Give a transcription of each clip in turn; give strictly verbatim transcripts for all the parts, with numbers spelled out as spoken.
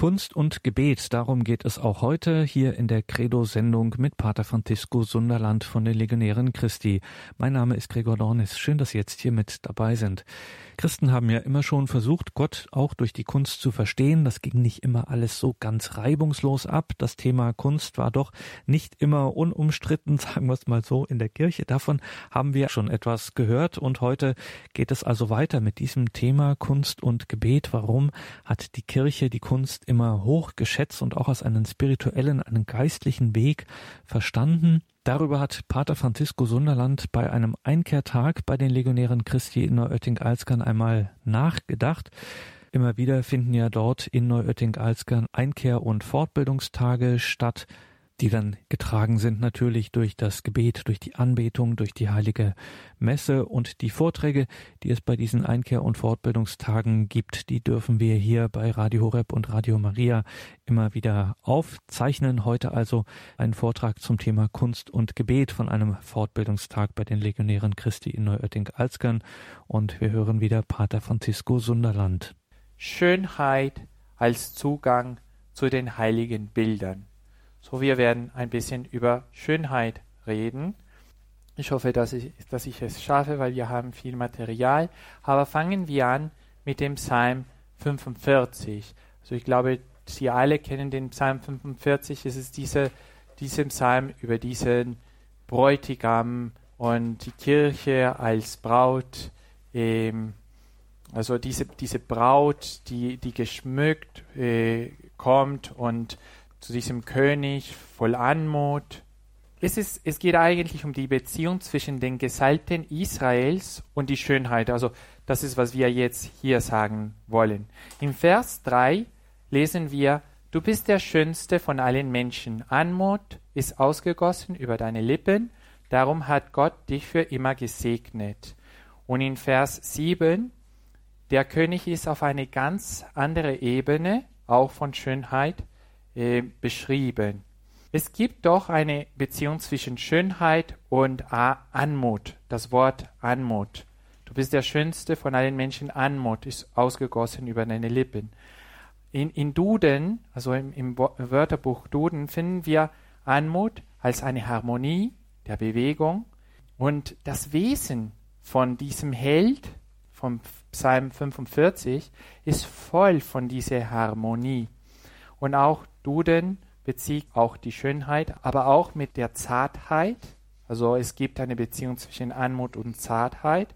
Kunst und Gebet, darum geht es auch heute hier in der Credo-Sendung mit Pater Francisco Sunderland von den Legionären Christi. Mein Name ist Gregor Dornis. Schön, dass Sie jetzt hier mit dabei sind. Christen haben ja immer schon versucht, Gott auch durch die Kunst zu verstehen. Das ging nicht immer alles so ganz reibungslos ab. Das Thema Kunst war doch nicht immer unumstritten, sagen wir es mal so, in der Kirche. Davon haben wir schon etwas gehört und heute geht es also weiter mit diesem Thema Kunst und Gebet. Warum hat die Kirche die Kunst immer hoch geschätzt und auch als einen spirituellen, einen geistlichen Weg verstanden? Darüber hat Pater Francisco Sunderland bei einem Einkehrtag bei den Legionären Christi in Neuötting-Alzgern einmal nachgedacht. Immer wieder finden ja dort in Neuötting-Alzgern Einkehr- und Fortbildungstage statt, die dann getragen sind natürlich durch das Gebet, durch die Anbetung, durch die heilige Messe und die Vorträge, die es bei diesen Einkehr- und Fortbildungstagen gibt, die dürfen wir hier bei Radio Horeb und Radio Maria immer wieder aufzeichnen. Heute also ein Vortrag zum Thema Kunst und Gebet von einem Fortbildungstag bei den Legionären Christi in Neuötting-Alzgern und wir hören wieder Pater Francisco Sunderland. Schönheit als Zugang zu den heiligen Bildern. So, wir werden ein bisschen über Schönheit reden. Ich hoffe, dass ich, dass ich es schaffe, weil wir haben viel Material. Aber fangen wir an mit dem Psalm fünfundvierzig. Also ich glaube, Sie alle kennen den Psalm fünfundvierzig. Es ist diese, dieser Psalm über diesen Bräutigam und die Kirche als Braut. Ähm, also diese, diese Braut, die, die geschmückt äh, kommt und zu diesem König voll Anmut. Es, ist, es geht eigentlich um die Beziehung zwischen den Gesalbten Israels und die Schönheit. Also das ist, was wir jetzt hier sagen wollen. Im Vers drei lesen wir, du bist der Schönste von allen Menschen. Anmut ist ausgegossen über deine Lippen, darum hat Gott dich für immer gesegnet. Und in Vers sieben, der König ist auf eine ganz andere Ebene, auch von Schönheit, Äh, beschrieben. Es gibt doch eine Beziehung zwischen Schönheit und A- Anmut. Das Wort Anmut. Du bist der Schönste von allen Menschen. Anmut ist ausgegossen über deine Lippen. In, in Duden, also im, im Wörterbuch Duden, finden wir Anmut als eine Harmonie der Bewegung. Und das Wesen von diesem Held, vom Psalm fünfundvierzig, ist voll von dieser Harmonie. Und auch Duden bezieht auch die Schönheit, aber auch mit der Zartheit. Also es gibt eine Beziehung zwischen Anmut und Zartheit.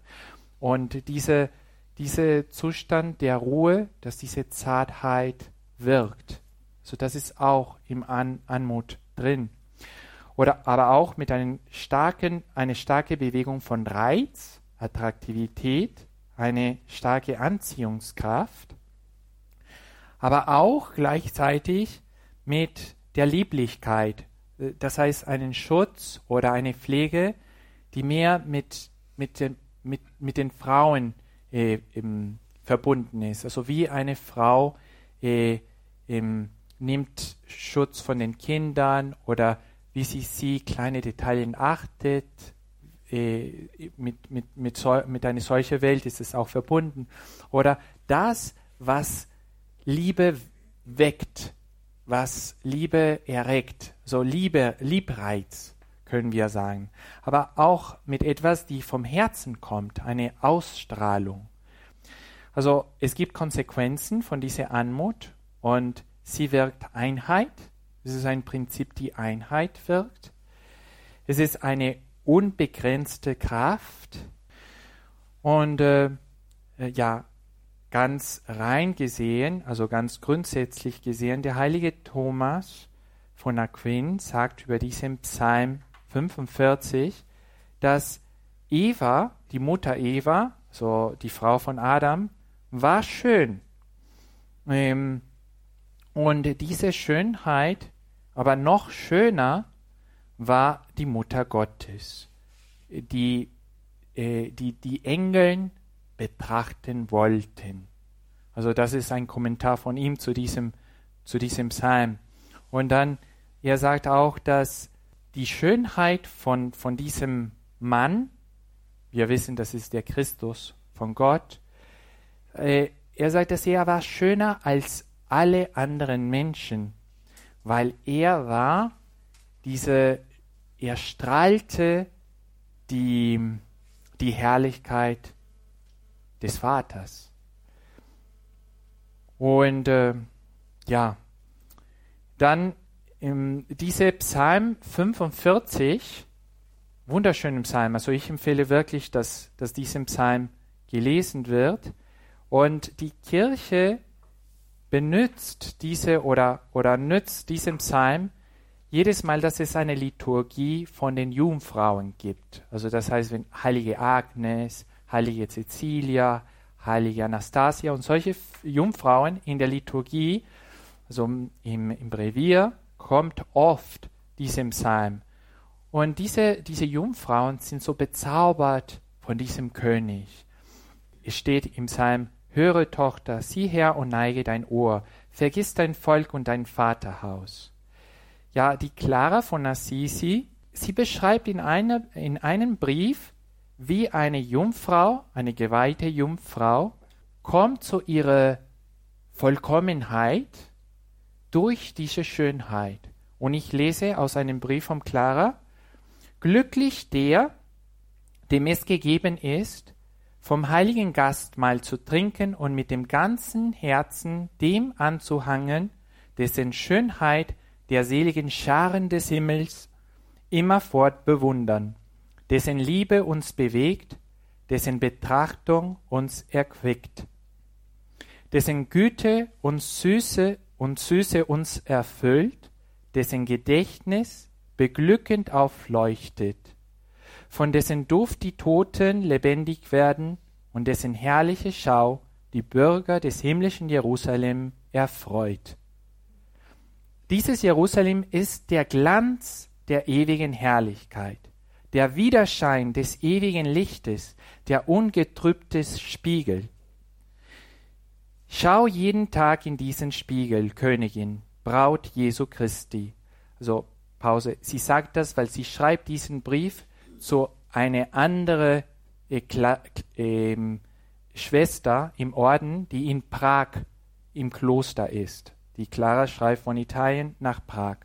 Und diese, dieser Zustand der Ruhe, dass diese Zartheit wirkt. So, das ist auch im An- Anmut drin. Oder aber auch mit einem starken, eine starke Bewegung von Reiz, Attraktivität, eine starke Anziehungskraft. Aber auch gleichzeitig mit der Lieblichkeit, das heißt einen Schutz oder eine Pflege, die mehr mit, mit, den, mit, mit den Frauen äh, im, verbunden ist. Also wie eine Frau äh, im, nimmt Schutz von den Kindern oder wie sie sie kleine Details achtet. Äh, mit, mit, mit, so, mit einer solchen Welt ist es auch verbunden. Oder das, was Liebe weckt, was Liebe erregt, so Liebe, Liebreiz, können wir sagen. Aber auch mit etwas, die vom Herzen kommt, eine Ausstrahlung. Also es gibt Konsequenzen von dieser Anmut und sie wirkt Einheit. Es ist ein Prinzip, die Einheit wirkt. Es ist eine unbegrenzte Kraft und äh, ja, ganz rein gesehen, also ganz grundsätzlich gesehen, der heilige Thomas von Aquin sagt über diesen Psalm fünfundvierzig, dass Eva, die Mutter Eva, so die Frau von Adam, war schön. Ähm, und diese Schönheit, aber noch schöner, war die Mutter Gottes, die äh, die, die Engeln betrachten wollten. Also das ist ein Kommentar von ihm zu diesem, zu diesem Psalm. Und dann, er sagt auch, dass die Schönheit von, von diesem Mann, wir wissen, das ist der Christus von Gott, äh, er sagt, dass er war schöner als alle anderen Menschen, weil er war diese, er strahlte die, die Herrlichkeit des Vaters. Und äh, ja, dann ähm, diese Psalm fünfundvierzig, wunderschönen Psalm, also ich empfehle wirklich, dass, dass dieser Psalm gelesen wird. Und die Kirche benutzt diese oder, oder nützt diesen Psalm jedes Mal, dass es eine Liturgie von den Jungfrauen gibt. Also das heißt, wenn heilige Agnes, heilige Cecilia, heilige Anastasia und solche Jungfrauen in der Liturgie, also im, im Brevier, kommt oft dieser Psalm. Und diese, diese Jungfrauen sind so bezaubert von diesem König. Es steht im Psalm: Höre, Tochter, sieh her und neige dein Ohr, vergiss dein Volk und dein Vaterhaus. Ja, die Clara von Assisi, sie beschreibt in, einer, in einem Brief, wie eine Jungfrau, eine geweihte Jungfrau, kommt zu ihrer Vollkommenheit durch diese Schönheit. Und ich lese aus einem Brief von Clara: Glücklich der, dem es gegeben ist, vom heiligen Gastmahl zu trinken und mit dem ganzen Herzen dem anzuhangen, dessen Schönheit der seligen Scharen des Himmels immerfort bewundern, dessen Liebe uns bewegt, dessen Betrachtung uns erquickt, dessen Güte uns Süße und Süße uns erfüllt, dessen Gedächtnis beglückend aufleuchtet, von dessen Duft die Toten lebendig werden und dessen herrliche Schau die Bürger des himmlischen Jerusalem erfreut. Dieses Jerusalem ist der Glanz der ewigen Herrlichkeit, der Widerschein des ewigen Lichtes, der ungetrübte Spiegel. Schau jeden Tag in diesen Spiegel, Königin, Braut Jesu Christi. Also, Pause. Sie sagt das, weil sie schreibt diesen Brief zu einer anderen äh, äh, Schwester im Orden, die in Prag im Kloster ist. Die Clara schreibt von Italien nach Prag.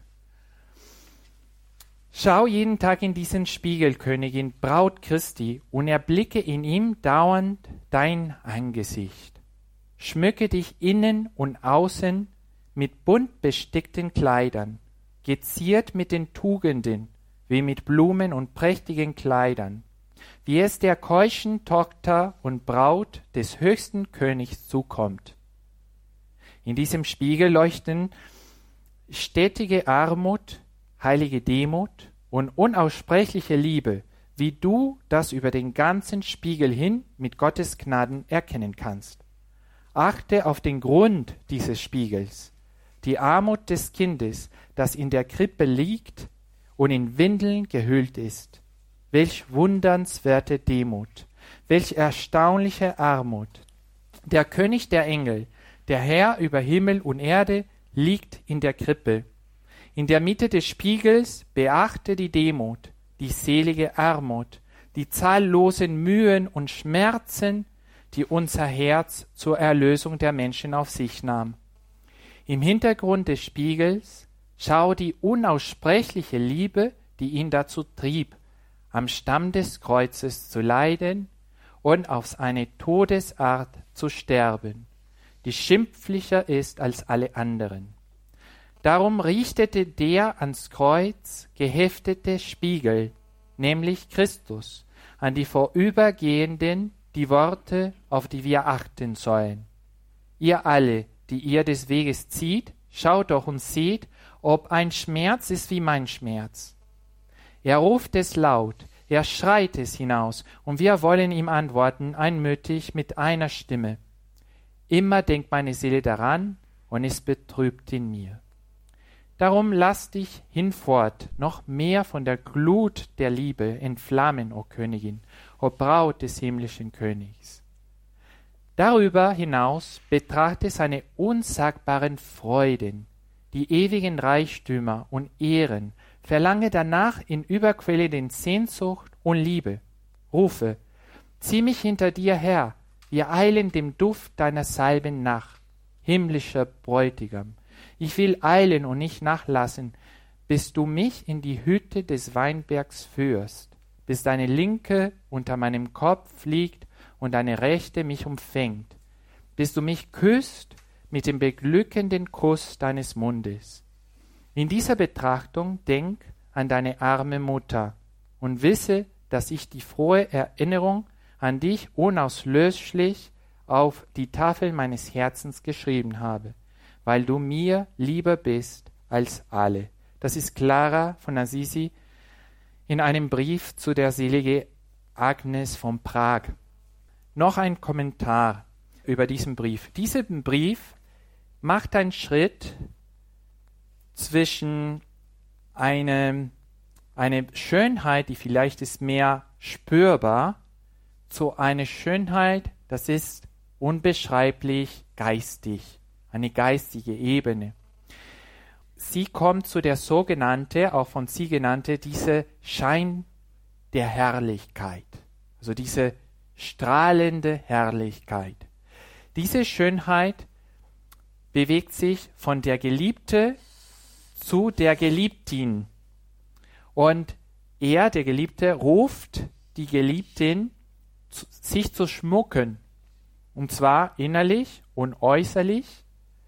Schau jeden Tag in diesen Spiegel, Königin, Braut Christi, und erblicke in ihm dauernd dein Angesicht. Schmücke dich innen und außen mit bunt bestickten Kleidern, geziert mit den Tugenden, wie mit Blumen und prächtigen Kleidern, wie es der keuschen Tochter und Braut des höchsten Königs zukommt. In diesem Spiegel leuchten stetige Armut, heilige Demut und unaussprechliche Liebe, wie du das über den ganzen Spiegel hin mit Gottes Gnaden erkennen kannst. Achte auf den Grund dieses Spiegels, die Armut des Kindes, das in der Krippe liegt und in Windeln gehüllt ist. Welch wundernswerte Demut, welch erstaunliche Armut. Der König der Engel, der Herr über Himmel und Erde, liegt in der Krippe. In der Mitte des Spiegels beachte die Demut, die selige Armut, die zahllosen Mühen und Schmerzen, die unser Herz zur Erlösung der Menschen auf sich nahm. Im Hintergrund des Spiegels schau die unaussprechliche Liebe, die ihn dazu trieb, am Stamm des Kreuzes zu leiden und auf eine Todesart zu sterben, die schimpflicher ist als alle anderen. Darum richtete der ans Kreuz geheftete Spiegel, nämlich Christus, an die Vorübergehenden die Worte, auf die wir achten sollen. Ihr alle, die ihr des Weges zieht, schaut doch und seht, ob ein Schmerz ist wie mein Schmerz. Er ruft es laut, er schreit es hinaus, und wir wollen ihm antworten, einmütig mit einer Stimme. Immer denkt meine Seele daran, und es betrübt in mir. Darum lass dich hinfort noch mehr von der Glut der Liebe entflammen, o Königin, o Braut des himmlischen Königs. Darüber hinaus betrachte seine unsagbaren Freuden, die ewigen Reichtümer und Ehren, verlange danach in überquellenden Sehnsucht und Liebe. Rufe, zieh mich hinter dir her, wir eilen dem Duft deiner Salben nach. himmlischer Bräutigam. Ich will eilen und nicht nachlassen, bis du mich in die Hütte des Weinbergs führst, bis deine Linke unter meinem Kopf liegt und deine Rechte mich umfängt, bis du mich küsst mit dem beglückenden Kuss deines Mundes. In dieser Betrachtung denk an deine arme Mutter und wisse, dass ich die frohe Erinnerung an dich unauslöschlich auf die Tafel meines Herzens geschrieben habe, weil du mir lieber bist als alle. Das ist Clara von Assisi in einem Brief zu der seligen Agnes von Prag. Noch ein Kommentar über diesen Brief. Dieser Brief macht einen Schritt zwischen einem, einer Schönheit, die vielleicht ist mehr spürbar, zu einer Schönheit, das ist unbeschreiblich geistig, eine geistige Ebene. Sie kommt zu der sogenannten, auch von sie genannte, diese Schein der Herrlichkeit, also diese strahlende Herrlichkeit. Diese Schönheit bewegt sich von der Geliebte zu der Geliebtin. Und er, der Geliebte, ruft die Geliebtin, sich zu schmucken. Und zwar innerlich und äußerlich,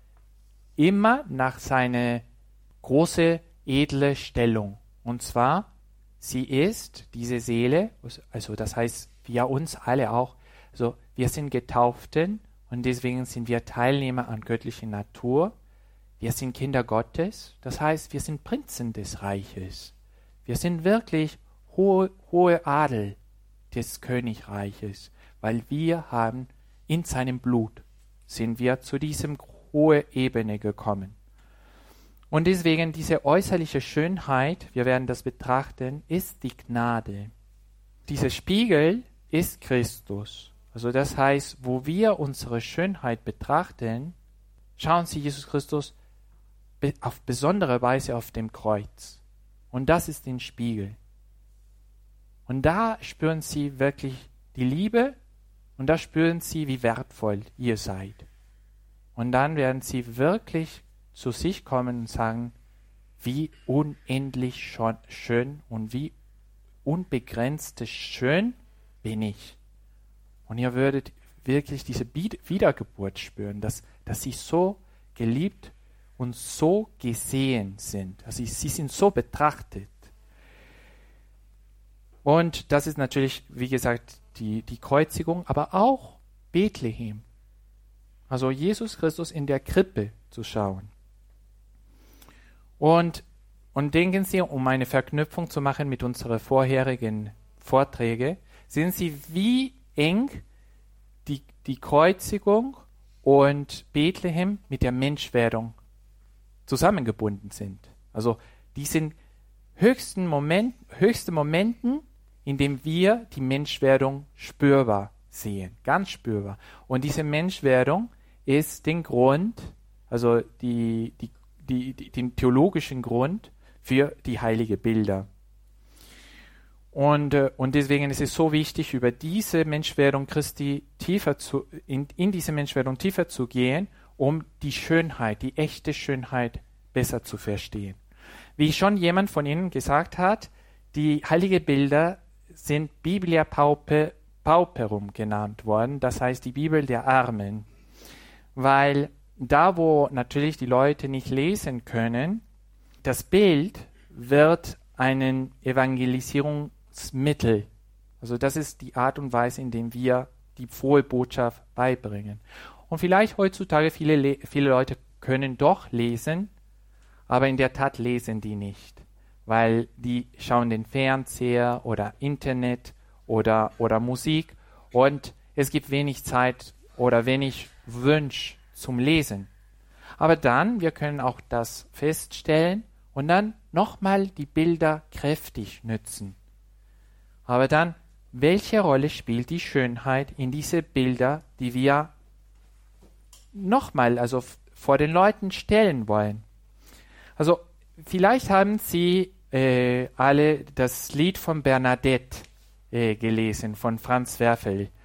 immer nach seiner großen, edle Stellung. Und zwar, sie ist diese Seele, also das heißt, wir uns alle auch, also wir sind Getauften und deswegen sind wir Teilnehmer an göttlicher Natur. Wir sind Kinder Gottes, das heißt, wir sind Prinzen des Reiches. Wir sind wirklich hohe, hohe Adel des Königreiches, weil wir haben in seinem Blut, sind wir zu diesem hohen Ebene gekommen. Und deswegen diese äußerliche Schönheit, wir werden das betrachten, ist die Gnade. Dieser Spiegel ist Christus. Also das heißt, wo wir unsere Schönheit betrachten, schauen Sie Jesus Christus auf besondere Weise auf dem Kreuz. Und das ist den Spiegel. Und da spüren Sie wirklich die Liebe und da spüren Sie, wie wertvoll ihr seid. Und dann werden Sie wirklich zu sich kommen und sagen, wie unendlich schon schön und wie unbegrenzt schön bin ich. Und ihr würdet wirklich diese Wiedergeburt spüren, dass, dass Sie so geliebt und so gesehen sind. Also Sie sind so betrachtet. Und das ist natürlich, wie gesagt, die, die Kreuzigung, aber auch Bethlehem. Also Jesus Christus in der Krippe zu schauen. Und, und denken Sie, um eine Verknüpfung zu machen mit unseren vorherigen Vorträgen, sehen Sie, wie eng die, die Kreuzigung und Bethlehem mit der Menschwerdung zusammengebunden sind. Also die sind höchsten Moment, höchste Momenten, in dem wir die Menschwerdung spürbar sehen, ganz spürbar. Und diese Menschwerdung ist den Grund, also die, die, die, die, den theologischen Grund für die heiligen Bilder. Und, äh, und deswegen ist es so wichtig, über diese Menschwerdung Christi tiefer zu, in, in diese Menschwerdung tiefer zu gehen, um die Schönheit, die echte Schönheit besser zu verstehen. Wie schon jemand von Ihnen gesagt hat, die heiligen Bilder sind Biblia Paupe, Pauperum genannt worden, das heißt die Bibel der Armen, weil da, wo natürlich die Leute nicht lesen können, das Bild wird ein Evangelisierungsmittel. Also das ist die Art und Weise, in der wir die frohe Botschaft beibringen. Und vielleicht heutzutage viele, viele Leute können doch lesen, aber in der Tat lesen die nicht, weil die schauen den Fernseher oder Internet oder, oder Musik und es gibt wenig Zeit oder wenig Wunsch zum Lesen. Aber dann, wir können auch das feststellen und dann nochmal die Bilder kräftig nützen. Aber dann, welche Rolle spielt die Schönheit in diese Bilder, die wir nochmal, also f- vor den Leuten stellen wollen? Also vielleicht haben Sie äh, alle das Lied von Bernadette äh, gelesen, von Franz Werfel.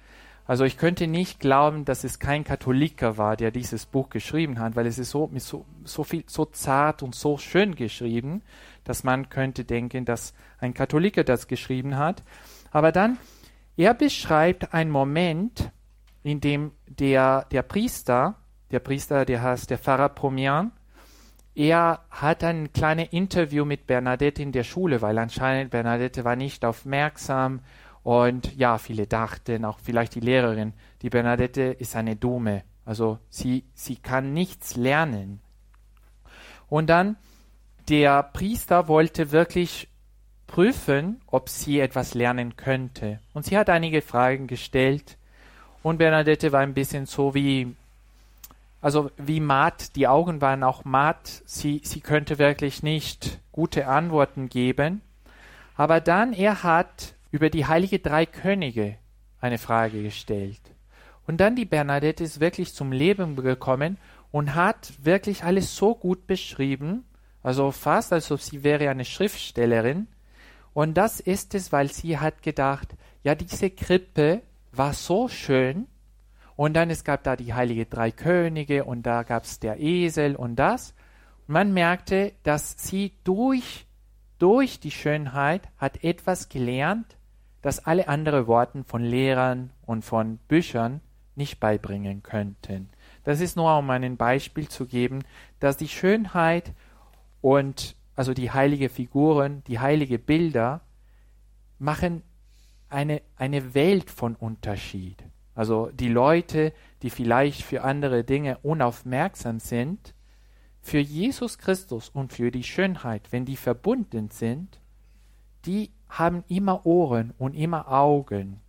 Also ich könnte nicht glauben, dass es kein Katholiker war, der dieses Buch geschrieben hat, weil es ist so, so, so viel, so zart und so schön geschrieben, dass man könnte denken, dass ein Katholiker das geschrieben hat. Aber dann, er beschreibt einen Moment, in dem der, der Priester, der Priester, der heißt der Pfarrer Pomian, er hat ein kleines Interview mit Bernadette in der Schule, weil anscheinend Bernadette war nicht aufmerksam und ja, viele dachten, auch vielleicht die Lehrerin, die Bernadette ist eine Dumme, also sie, sie kann nichts lernen. Und dann, der Priester wollte wirklich prüfen, ob sie etwas lernen könnte. Und sie hat einige Fragen gestellt und Bernadette war ein bisschen so wie, also wie matt, die Augen waren auch matt, sie, sie könnte wirklich nicht gute Antworten geben. Aber dann, er hat über die heilige drei Könige eine Frage gestellt. Und dann die Bernadette ist wirklich zum Leben gekommen und hat wirklich alles so gut beschrieben, also fast als ob sie wäre eine Schriftstellerin. Und das ist es, weil sie hat gedacht, ja, diese Krippe war so schön. Und dann es gab da die heilige drei Könige und da gab es der Esel und das. Und man merkte, dass sie durch, durch die Schönheit hat etwas gelernt, das alle anderen Worte von Lehrern und von Büchern nicht beibringen könnten. Das ist nur, um ein Beispiel zu geben, dass die Schönheit und also die heilige Figuren, die heilige Bilder machen eine, eine Welt von Unterschied. Also die Leute, die vielleicht für andere Dinge unaufmerksam sind, für Jesus Christus und für die Schönheit, wenn die verbunden sind, die haben immer Ohren und immer Augen.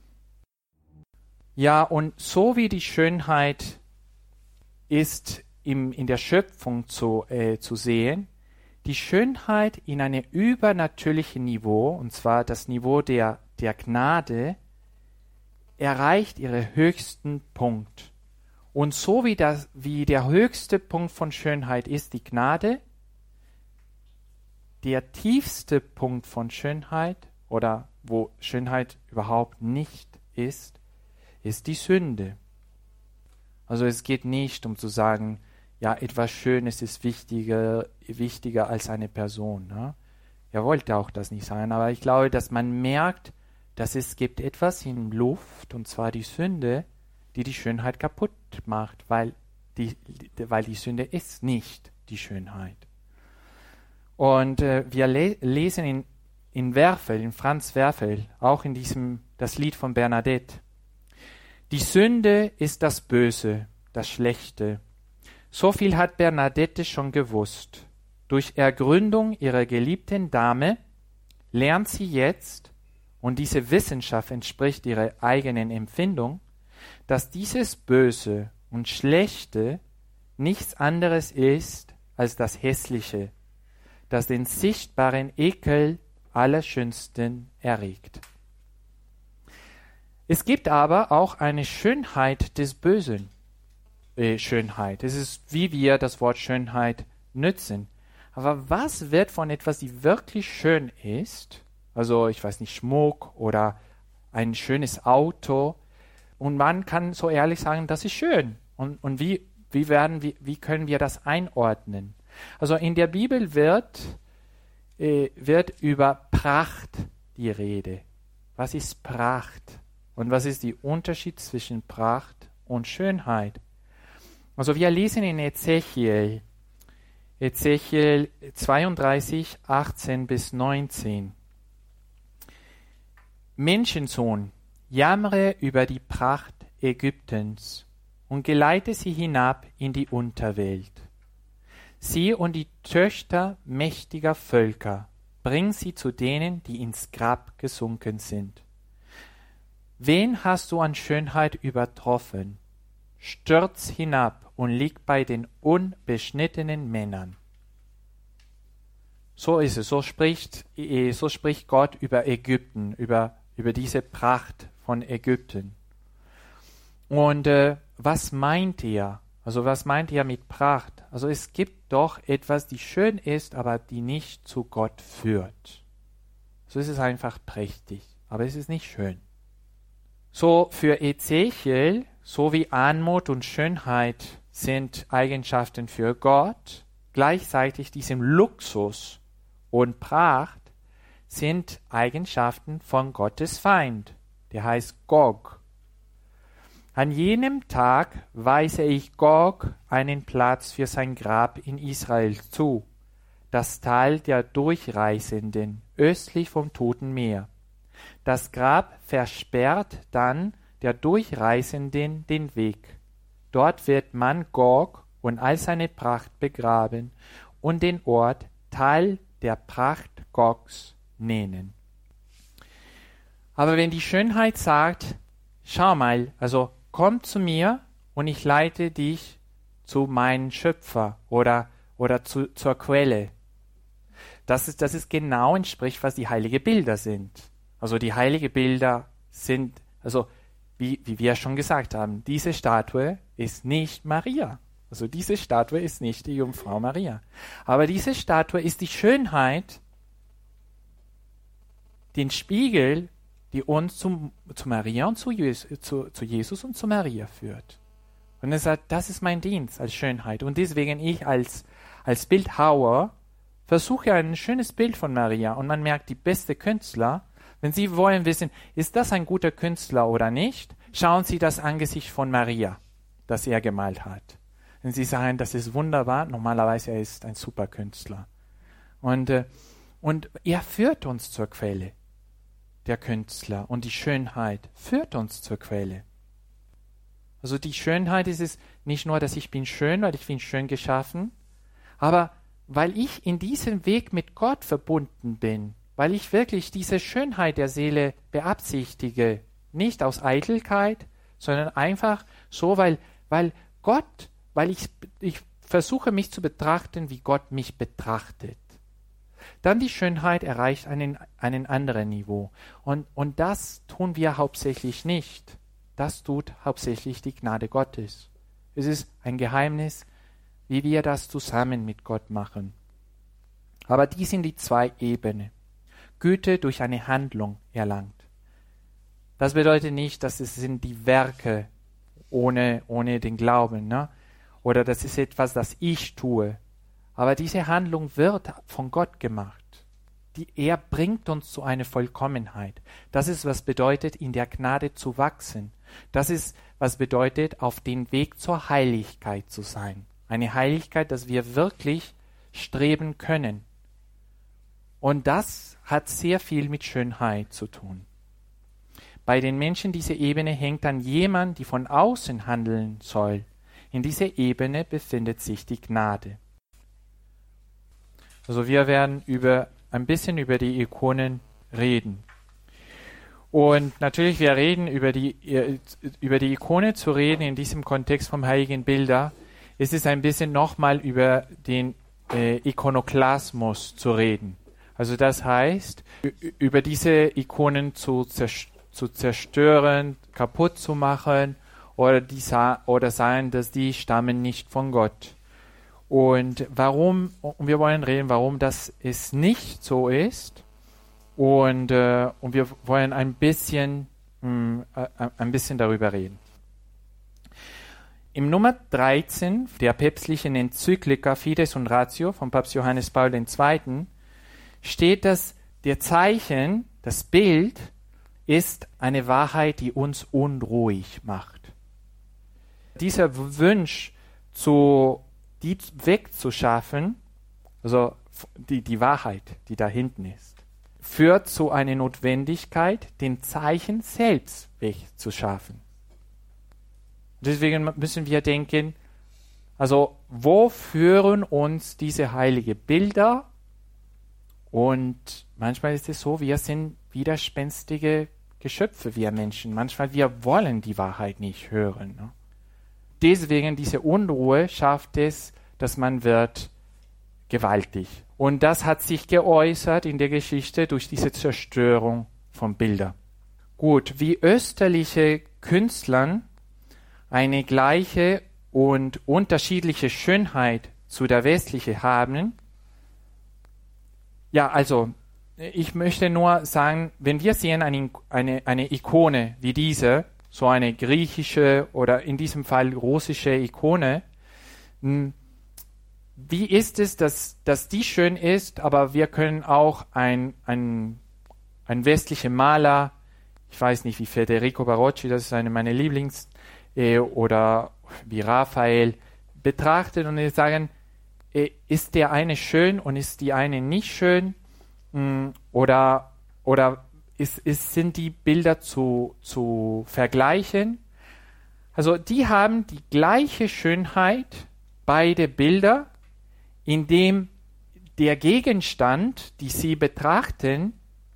Ja, und so wie die Schönheit ist im, in der Schöpfung zu, äh, zu sehen, die Schönheit in einem übernatürlichen Niveau, und zwar das Niveau der, der Gnade, erreicht ihren höchsten Punkt. Und so wie, das, wie der höchste Punkt von Schönheit ist die Gnade, der tiefste Punkt von Schönheit, oder wo Schönheit überhaupt nicht ist, ist die Sünde. Also es geht nicht um zu sagen, ja, etwas Schönes ist wichtiger, wichtiger als eine Person. Ne? Er wollte auch das nicht sein, aber ich glaube, dass man merkt, dass es gibt etwas in Luft, und zwar die Sünde, die die Schönheit kaputt macht, weil die, weil die Sünde ist nicht die Schönheit. Und äh, wir le- lesen in, in Werfel, in Franz Werfel, auch in diesem, das Lied von Bernadette, die Sünde ist das Böse, das Schlechte. So viel hat Bernadette schon gewusst. Durch Ergründung ihrer geliebten Dame lernt sie jetzt, und diese Wissenschaft entspricht ihrer eigenen Empfindung, dass dieses Böse und Schlechte nichts anderes ist als das Hässliche, das den sichtbaren Ekel aller Schönsten erregt. Es gibt aber auch eine Schönheit des Bösen. Äh, Schönheit. Es ist, wie wir das Wort Schönheit nützen. Aber was wird von etwas, die wirklich schön ist, also ich weiß nicht, Schmuck oder ein schönes Auto, und man kann so ehrlich sagen, das ist schön. Und, und wie, wie, werden, wie, wie können wir das einordnen? Also in der Bibel wird, äh, wird über Pracht die Rede. Was ist Pracht? Und was ist der Unterschied zwischen Pracht und Schönheit? Also wir lesen in Ezechiel, Ezechiel zweiunddreißig, achtzehn bis neunzehn. Menschensohn, jammere über die Pracht Ägyptens und geleite sie hinab in die Unterwelt. Sie und die Töchter mächtiger Völker, bring sie zu denen, die ins Grab gesunken sind. Wen hast du an Schönheit übertroffen? Stürz hinab und lieg bei den unbeschnittenen Männern. So ist es, so spricht, so spricht Gott über Ägypten, über, über diese Pracht von Ägypten. Und äh, was meint er? Also was meint er mit Pracht? Also es gibt doch etwas, die schön ist, aber die nicht zu Gott führt. So ist es einfach prächtig, aber es ist nicht schön. So für Ezechiel, so wie Anmut und Schönheit sind Eigenschaften für Gott, gleichzeitig diesem Luxus und Pracht sind Eigenschaften von Gottes Feind, der heißt Gog. An jenem Tag weise ich Gog einen Platz für sein Grab in Israel zu, das Tal der Durchreisenden, östlich vom Toten Meer. Das Grab versperrt dann der Durchreisenden den Weg. Dort wird man Gog und all seine Pracht begraben und den Ort Tal der Pracht Gogs nennen. Aber wenn die Schönheit sagt, schau mal, also komm zu mir und ich leite dich zu meinem Schöpfer oder, oder zu, zur Quelle. Das ist, das ist genau entspricht, was die heiligen Bilder sind. Also die heiligen Bilder sind, also wie, wie wir schon gesagt haben, diese Statue ist nicht Maria. Also diese Statue ist nicht die Jungfrau Maria. Aber diese Statue ist die Schönheit, den Spiegel, die uns zum, zu Maria und zu, zu, zu Jesus und zu Maria führt. Und er sagt, das ist mein Dienst als Schönheit. Und deswegen ich als, als Bildhauer versuche ein schönes Bild von Maria. Und man merkt, die beste Künstler, wenn Sie wollen wissen, ist das ein guter Künstler oder nicht, schauen Sie das Angesicht von Maria, das er gemalt hat. Wenn Sie sagen, das ist wunderbar, normalerweise er ist ein super Künstler. Und, äh, und er führt uns zur Quelle. Der Künstler und die Schönheit führt uns zur Quelle. Also die Schönheit ist es nicht nur, dass ich bin schön, weil ich bin schön geschaffen, aber weil ich in diesem Weg mit Gott verbunden bin, weil ich wirklich diese Schönheit der Seele beabsichtige, nicht aus Eitelkeit, sondern einfach so, weil, weil Gott, weil ich, ich versuche mich zu betrachten, wie Gott mich betrachtet. Dann die Schönheit erreicht einen, einen anderen Niveau. Und, und das tun wir hauptsächlich nicht. Das tut hauptsächlich die Gnade Gottes. Es ist ein Geheimnis, wie wir das zusammen mit Gott machen. Aber dies sind die zwei Ebenen. Güte durch eine Handlung erlangt. Das bedeutet nicht, dass es sind die Werke ohne, ohne den Glauben, ne? Oder das ist etwas, das ich tue. Aber diese Handlung wird von Gott gemacht. Die, er bringt uns zu einer Vollkommenheit. Das ist, was bedeutet, in der Gnade zu wachsen. Das ist, was bedeutet, auf dem Weg zur Heiligkeit zu sein. Eine Heiligkeit, dass wir wirklich streben können. Und das hat sehr viel mit Schönheit zu tun. Bei den Menschen diese Ebene hängt an jemand, die von außen handeln soll. In dieser Ebene befindet sich die Gnade. Also wir werden über ein bisschen über die Ikonen reden. Und natürlich, wir reden über die, über die Ikone zu reden in diesem Kontext vom Heiligen Bilder. Es ist ein bisschen nochmal über den äh, Ikonoklasmus zu reden. Also das heißt, über diese Ikonen zu, zerst- zu zerstören, kaputt zu machen oder, die sa- oder sagen, dass die stammen nicht von Gott. Und warum, und wir wollen reden, warum das es nicht so ist. Und, äh, und wir wollen ein bisschen, mh, äh, ein bisschen darüber reden. Im Nummer dreizehn der päpstlichen Enzyklika Fides und Ratio von Papst Johannes Paul der Zweite. steht, dass der Zeichen, das Bild, ist eine Wahrheit, die uns unruhig macht. Dieser Wunsch, zu, die wegzuschaffen, also die, die Wahrheit, die da hinten ist, führt zu einer Notwendigkeit, den Zeichen selbst wegzuschaffen. Deswegen müssen wir denken, also wo führen uns diese heiligen Bilder? Und manchmal ist es so, wir sind widerspenstige Geschöpfe, wir Menschen. Manchmal wir wollen die Wahrheit nicht hören. Ne? Deswegen diese Unruhe schafft es, dass man wird gewaltig. Und das hat sich geäußert in der Geschichte durch diese Zerstörung von Bildern. Gut, wie österliche Künstler eine gleiche und unterschiedliche Schönheit zu der westlichen haben. Ja, also ich möchte nur sagen, wenn wir sehen eine, eine, eine Ikone wie diese, so eine griechische oder in diesem Fall russische Ikone, wie ist es, dass, dass die schön ist, aber wir können auch ein, ein, ein westlicher Maler, ich weiß nicht wie Federico Barocci, das ist eine meiner Lieblings, äh, oder wie Raphael, betrachten und sagen, äh, ist der eine schön und ist die eine nicht schön? Mh, oder oder ist, ist, sind die Bilder zu, zu vergleichen? Also die haben die gleiche Schönheit, beide Bilder, indem der Gegenstand, die sie betrachten,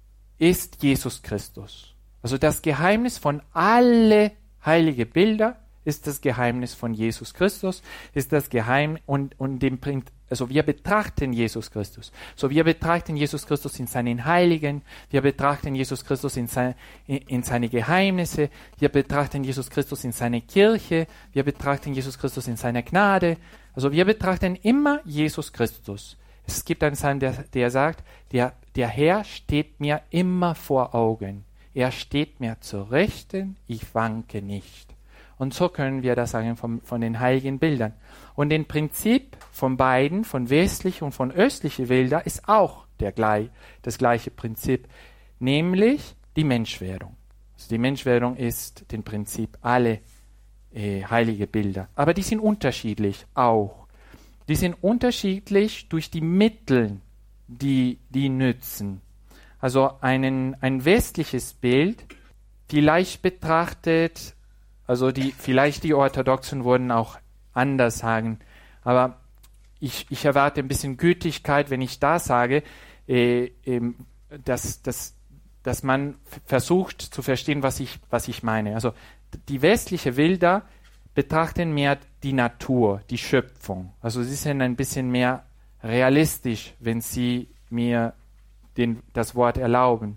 ist Jesus Christus. Also das Geheimnis von alle heilige Bilder ist das Geheimnis von Jesus Christus, ist das Geheimnis und, und dem bringt, also wir betrachten Jesus Christus. So wir betrachten Jesus Christus in seinen Heiligen, wir betrachten Jesus Christus in, sein, in, in seine Geheimnisse, wir betrachten Jesus Christus in seine Kirche, wir betrachten Jesus Christus in seiner Gnade. Also wir betrachten immer Jesus Christus. Es gibt einen Psalm, der, der sagt, der, der Herr steht mir immer vor Augen. Er steht mir zur Rechten, ich wanke nicht. Und so können wir das sagen von, von den heiligen Bildern. Und das Prinzip von beiden, von westlichen und von östlichen Bildern, ist auch der gleich, das gleiche Prinzip, nämlich die Menschwerdung. Also die Menschwerdung ist das Prinzip alle äh, heilige Bilder. Aber die sind unterschiedlich auch. Die sind unterschiedlich durch die Mittel, die die nützen. Also einen, ein westliches Bild, vielleicht betrachtet, also die, vielleicht die Orthodoxen würden auch anders sagen, aber ich, ich erwarte ein bisschen Gütigkeit, wenn ich da sage, äh, äh, dass, dass, dass man f- versucht zu verstehen, was ich, was ich meine. Also die westliche Bilder betrachten mehr die Natur, die Schöpfung. Also sie sind ein bisschen mehr realistisch, wenn sie mir den, das Wort erlauben.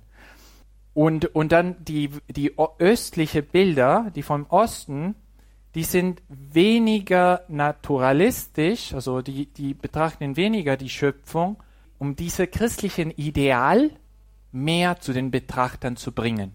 Und, und dann die, die östliche Bilder, die vom Osten, die sind weniger naturalistisch, also die, die betrachten weniger die Schöpfung, um diese christlichen Ideal mehr zu den Betrachtern zu bringen.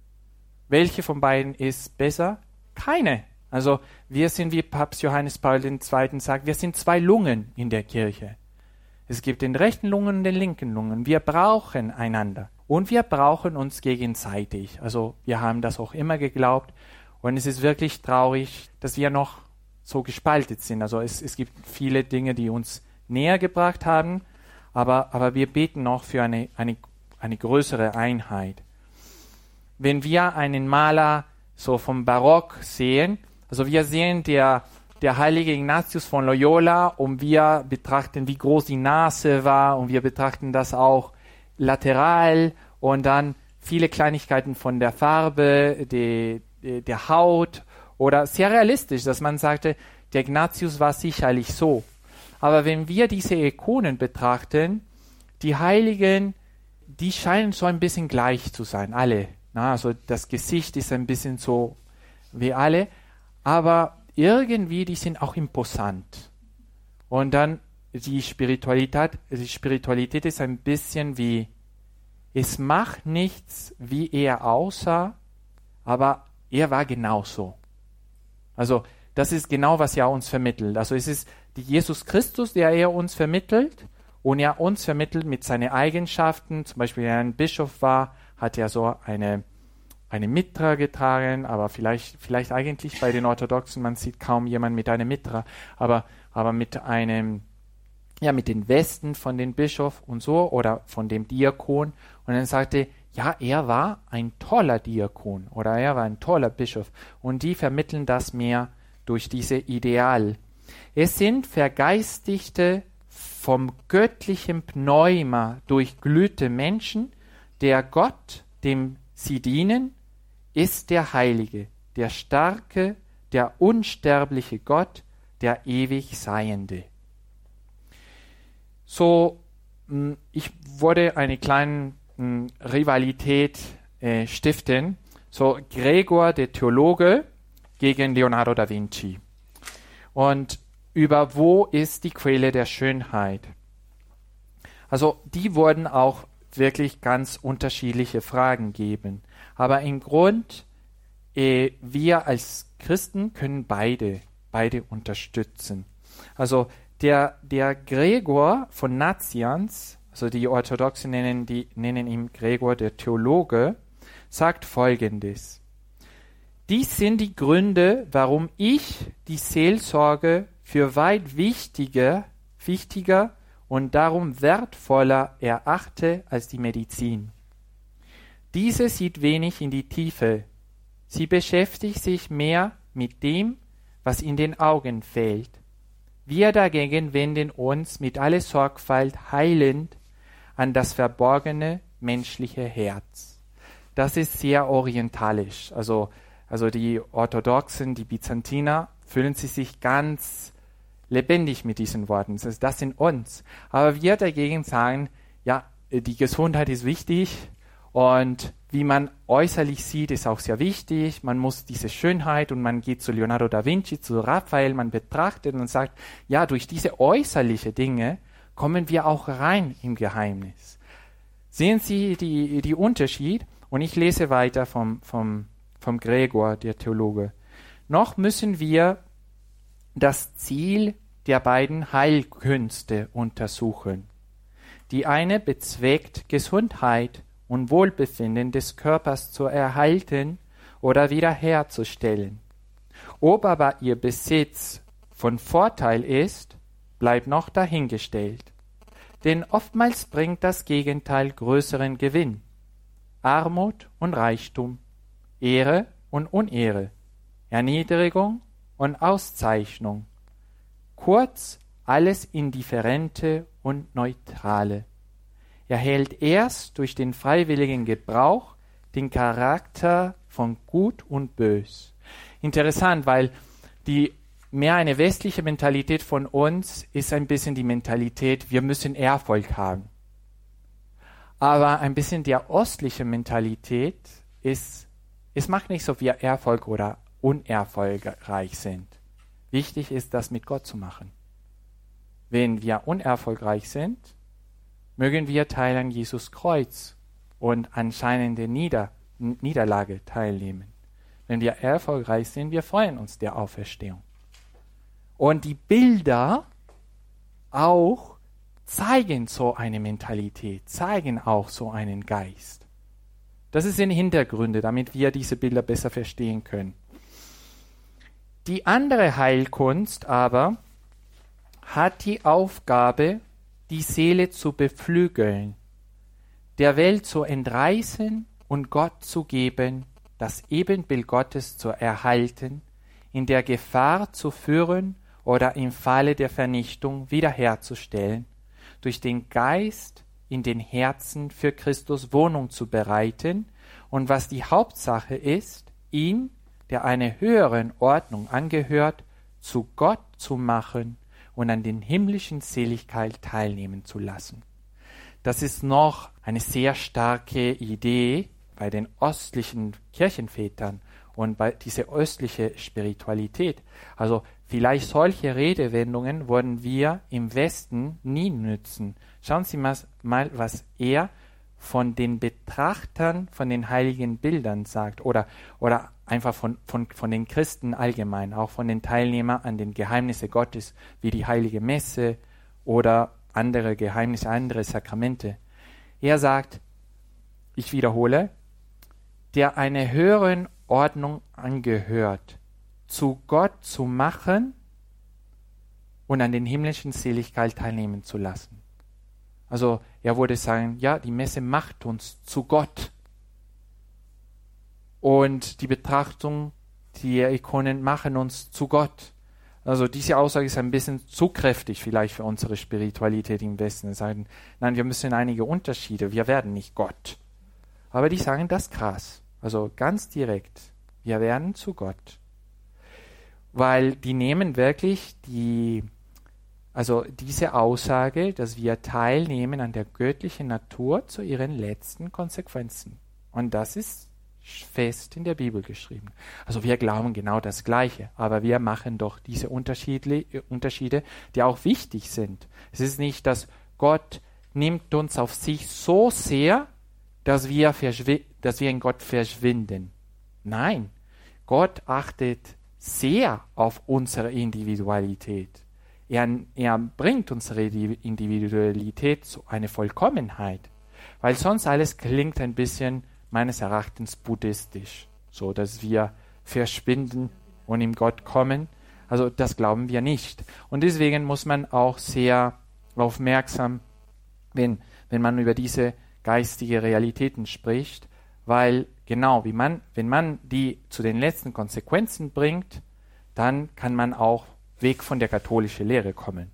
Welche von beiden ist besser? Keine. Also wir sind, wie Papst Johannes Paul der Zweite sagt, wir sind zwei Lungen in der Kirche. Es gibt den rechten Lungen und den linken Lungen. Wir brauchen einander. Und wir brauchen uns gegenseitig. Also wir haben das auch immer geglaubt. Und es ist wirklich traurig, dass wir noch so gespalten sind. Also es, es gibt viele Dinge, die uns näher gebracht haben. Aber, aber wir beten noch für eine, eine, eine größere Einheit. Wenn wir einen Maler so vom Barock sehen, also wir sehen der, der heilige Ignatius von Loyola und wir betrachten, wie groß die Nase war und wir betrachten das auch lateral und dann viele Kleinigkeiten von der Farbe, die, die, der Haut oder sehr realistisch, dass man sagte, der Ignatius war sicherlich so. Aber wenn wir diese Ikonen betrachten, die Heiligen, die scheinen so ein bisschen gleich zu sein, alle. Na, also das Gesicht ist ein bisschen so wie alle, aber irgendwie, die sind auch imposant. Und dann die Spiritualität, die Spiritualität ist ein bisschen wie, es macht nichts, wie er aussah, aber er war genauso. Also das ist genau, was er uns vermittelt. Also es ist die Jesus Christus, der er uns vermittelt und er uns vermittelt mit seinen Eigenschaften. Zum Beispiel, wenn er ein Bischof war, hat er so eine eine Mitra getragen, aber vielleicht, vielleicht eigentlich bei den Orthodoxen, man sieht kaum jemanden mit einer Mitra, aber, aber mit einem, ja, mit den Westen von dem Bischof und so oder von dem Diakon. Und dann sagte, ja, er war ein toller Diakon oder er war ein toller Bischof. Und die vermitteln das mehr durch diese Ideal. Es sind vergeistigte, vom göttlichen Pneuma durchglühte Menschen, der Gott, dem sie dienen, ist der Heilige, der starke, der unsterbliche Gott, der ewig Seiende. So, ich wollte eine kleine m, Rivalität äh, stiften. So, Gregor, der Theologe, gegen Leonardo da Vinci. Und über wo ist die Quelle der Schönheit? Also, die wurden auch wirklich ganz unterschiedliche Fragen geben. Aber im Grund, äh, wir als Christen können beide, beide unterstützen. Also der, der Gregor von Nazianz, also die Orthodoxen nennen, die, nennen ihn Gregor der Theologe, sagt Folgendes. Dies sind die Gründe, warum ich die Seelsorge für weit wichtiger, wichtiger und darum wertvoller erachte als die Medizin. Diese sieht wenig in die Tiefe. Sie beschäftigt sich mehr mit dem, was in den Augen fehlt. Wir dagegen wenden uns mit aller Sorgfalt heilend an das verborgene menschliche Herz. Das ist sehr orientalisch. Also, also die Orthodoxen, die Byzantiner, fühlen sie sich ganz lebendig mit diesen Worten. Das, das sind uns. Aber wir dagegen sagen, ja, die Gesundheit ist wichtig und wie man äußerlich sieht, ist auch sehr wichtig. Man muss diese Schönheit und man geht zu Leonardo da Vinci, zu Raphael, man betrachtet und sagt, ja, durch diese äußerlichen Dinge kommen wir auch rein im Geheimnis. Sehen Sie die, die Unterschied? Und ich lese weiter vom, vom, vom Gregor, der Theologe. Noch müssen wir das Ziel der beiden Heilkünste untersuchen. Die eine bezweckt Gesundheit und Wohlbefinden des Körpers zu erhalten oder wiederherzustellen. Ob aber ihr Besitz von Vorteil ist, bleibt noch dahingestellt. Denn oftmals bringt das Gegenteil größeren Gewinn. Armut und Reichtum, Ehre und Unehre, Erniedrigung und Auszeichnung. Kurz alles Indifferente und Neutrale. Er hält erst durch den freiwilligen Gebrauch den Charakter von Gut und Bös. Interessant, weil die mehr eine westliche Mentalität von uns ist ein bisschen die Mentalität, wir müssen Erfolg haben. Aber ein bisschen der ostliche Mentalität ist, es macht nicht so, ob wir Erfolg oder unerfolgreich sind. Wichtig ist, das mit Gott zu machen. Wenn wir unerfolgreich sind, mögen wir Teil an Jesus Kreuz und anscheinende Nieder- Niederlage teilnehmen. Wenn wir erfolgreich sind, wir freuen uns der Auferstehung. Und die Bilder auch zeigen so eine Mentalität, zeigen auch so einen Geist. Das sind Hintergründe, damit wir diese Bilder besser verstehen können. Die andere Heilkunst aber hat die Aufgabe, die Seele zu beflügeln, der Welt zu entreißen und Gott zu geben, das Ebenbild Gottes zu erhalten, in der Gefahr zu führen oder im Falle der Vernichtung wiederherzustellen, durch den Geist in den Herzen für Christus Wohnung zu bereiten und was die Hauptsache ist, ihn, der einer höheren Ordnung angehört, zu Gott zu machen und an den himmlischen Seligkeit teilnehmen zu lassen. Das ist noch eine sehr starke Idee bei den östlichen Kirchenvätern und bei dieser östlichen Spiritualität. Also vielleicht solche Redewendungen würden wir im Westen nie nützen. Schauen Sie mal, was er von den Betrachtern von den heiligen Bildern sagt oder, oder einfach von, von, von den Christen allgemein, auch von den Teilnehmern an den Geheimnissen Gottes, wie die heilige Messe oder andere Geheimnisse, andere Sakramente. Er sagt, ich wiederhole, der einer höheren Ordnung angehört, zu Gott zu machen und an den himmlischen Seligkeit teilnehmen zu lassen. Also er würde sagen, ja, die Messe macht uns zu Gott. Und die Betrachtung, die Ikonen machen uns zu Gott. Also diese Aussage ist ein bisschen zu kräftig vielleicht für unsere Spiritualität im Westen. Sie sagen, nein, wir müssen einige Unterschiede, wir werden nicht Gott. Aber die sagen das krass, also ganz direkt, wir werden zu Gott. Weil die nehmen wirklich die, also diese Aussage, dass wir teilnehmen an der göttlichen Natur zu ihren letzten Konsequenzen. Und das ist fest in der Bibel geschrieben. Also wir glauben genau das Gleiche, aber wir machen doch diese Unterschiede, Unterschiede, die auch wichtig sind. Es ist nicht, dass Gott nimmt uns auf sich so sehr, dass wir, verschwi- dass wir in Gott verschwinden. Nein, Gott achtet sehr auf unsere Individualität. Er, er bringt unsere Individualität zu einer Vollkommenheit, weil sonst alles klingt ein bisschen meines Erachtens buddhistisch, so dass wir verschwinden und in Gott kommen. Also das glauben wir nicht. Und deswegen muss man auch sehr aufmerksam, wenn, wenn man über diese geistige Realitäten spricht, weil genau, wie man, wenn man die zu den letzten Konsequenzen bringt, dann kann man auch weg von der katholischen Lehre kommen.